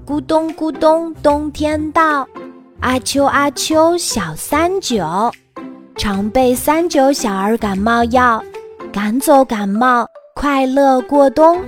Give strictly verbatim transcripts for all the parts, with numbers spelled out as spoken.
咕咚咕咚，冬天到，阿秋阿秋小三九，常备三九小儿感冒药，赶走感冒，快乐过冬。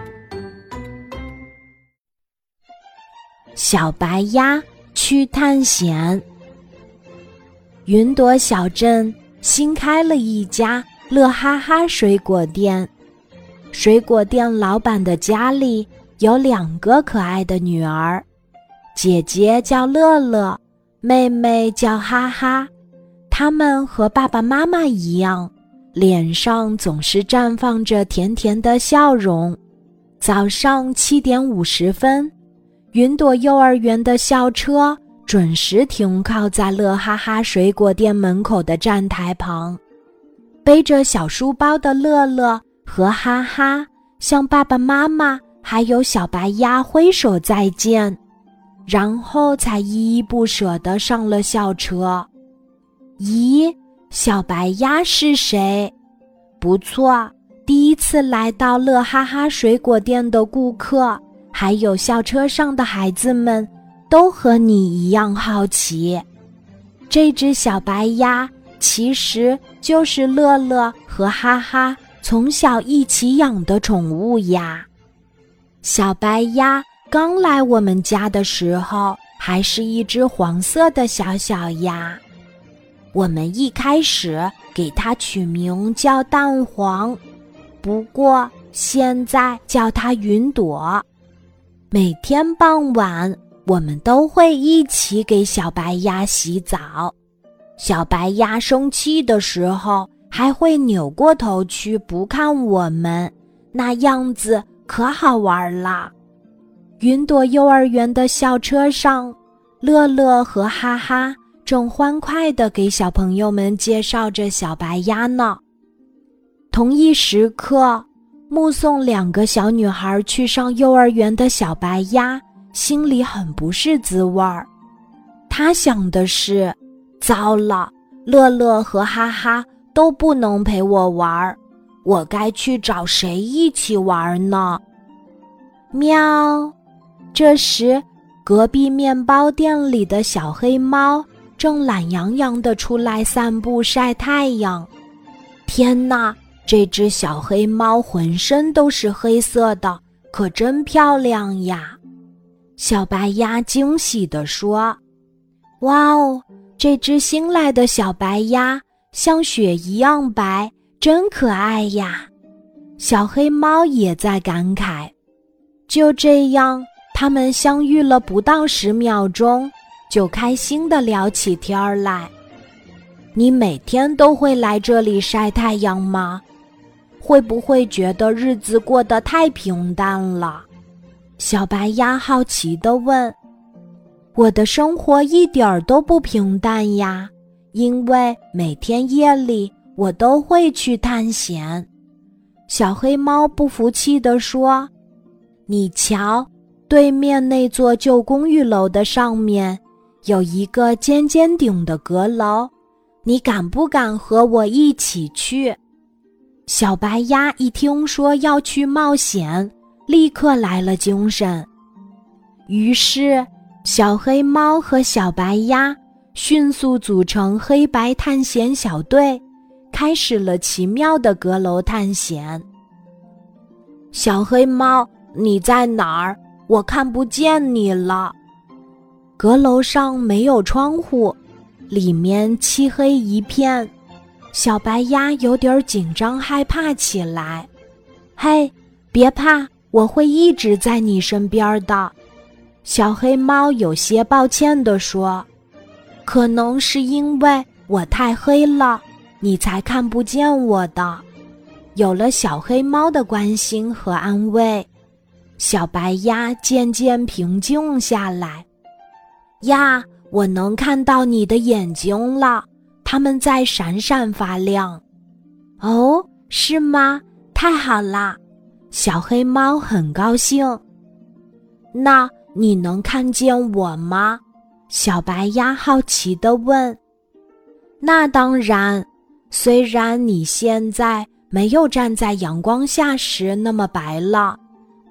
小白鸭去探险。云朵小镇新开了一家乐哈哈水果店，水果店老板的家里有两个可爱的女儿，姐姐叫乐乐，妹妹叫哈哈。她们和爸爸妈妈一样，脸上总是绽放着甜甜的笑容。早上七点五十分，云朵幼儿园的校车准时停靠在乐哈哈水果店门口的站台旁。背着小书包的乐乐和哈哈向爸爸妈妈还有小白鸭挥手再见，然后才依依不舍地上了校车。咦，小白鸭是谁？不错，第一次来到乐哈哈水果店的顾客，还有校车上的孩子们，都和你一样好奇。这只小白鸭其实就是乐乐和哈哈从小一起养的宠物呀。小白鸭刚来我们家的时候，还是一只黄色的小小鸭。我们一开始给它取名叫蛋黄，不过现在叫它云朵。每天傍晚，我们都会一起给小白鸭洗澡。小白鸭生气的时候，还会扭过头去不看我们，那样子可好玩了。云朵幼儿园的校车上，乐乐和哈哈正欢快地给小朋友们介绍着小白鸭呢。同一时刻，目送两个小女孩去上幼儿园的小白鸭心里很不是滋味儿。她想的是，糟了，乐乐和哈哈都不能陪我玩，我该去找谁一起玩呢？喵！这时，隔壁面包店里的小黑猫正懒洋洋地出来散步晒太阳。天哪，这只小黑猫浑身都是黑色的，可真漂亮呀！小白鸭惊喜地说：哇哦，这只新来的小白鸭像雪一样白，真可爱呀！小黑猫也在感慨。就这样，他们相遇了不到十秒钟，就开心地聊起天来。你每天都会来这里晒太阳吗？会不会觉得日子过得太平淡了？小白鸭好奇地问。我的生活一点儿都不平淡呀，因为每天夜里我都会去探险。小黑猫不服气地说：你瞧，对面那座旧公寓楼的上面有一个尖尖顶的阁楼，你敢不敢和我一起去？小白鸭一听说要去冒险，立刻来了精神。于是小黑猫和小白鸭迅速组成黑白探险小队，开始了奇妙的阁楼探险。小黑猫，你在哪儿？我看不见你了。阁楼上没有窗户，里面漆黑一片。小白鸭有点紧张害怕起来。嘿，别怕，我会一直在你身边的。小黑猫有些抱歉地说，可能是因为我太黑了，你才看不见我的。有了小黑猫的关心和安慰，小白鸭渐渐平静下来。呀，我能看到你的眼睛了，它们在闪闪发亮。哦，是吗？太好啦！小黑猫很高兴。那你能看见我吗？小白鸭好奇地问。那当然，虽然你现在没有站在阳光下时那么白了，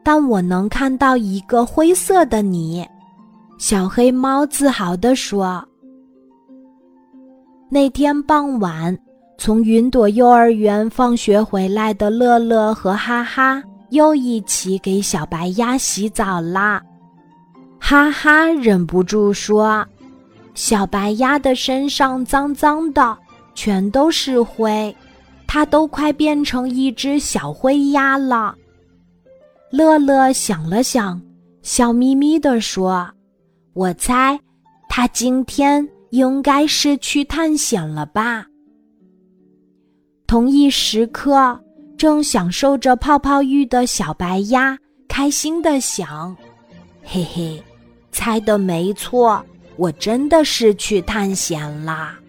但我能看到一个灰色的你。”小黑猫自豪地说。那天傍晚，从云朵幼儿园放学回来的乐乐和哈哈又一起给小白鸭洗澡啦。哈哈忍不住说：“小白鸭的身上脏脏的，全都是灰，它都快变成一只小灰鸭了。”乐乐想了想，笑眯眯地说：“我猜，它今天应该是去探险了吧。”同一时刻，正享受着泡泡浴的小白鸭开心地想：“嘿嘿，猜得没错，我真的是去探险啦。”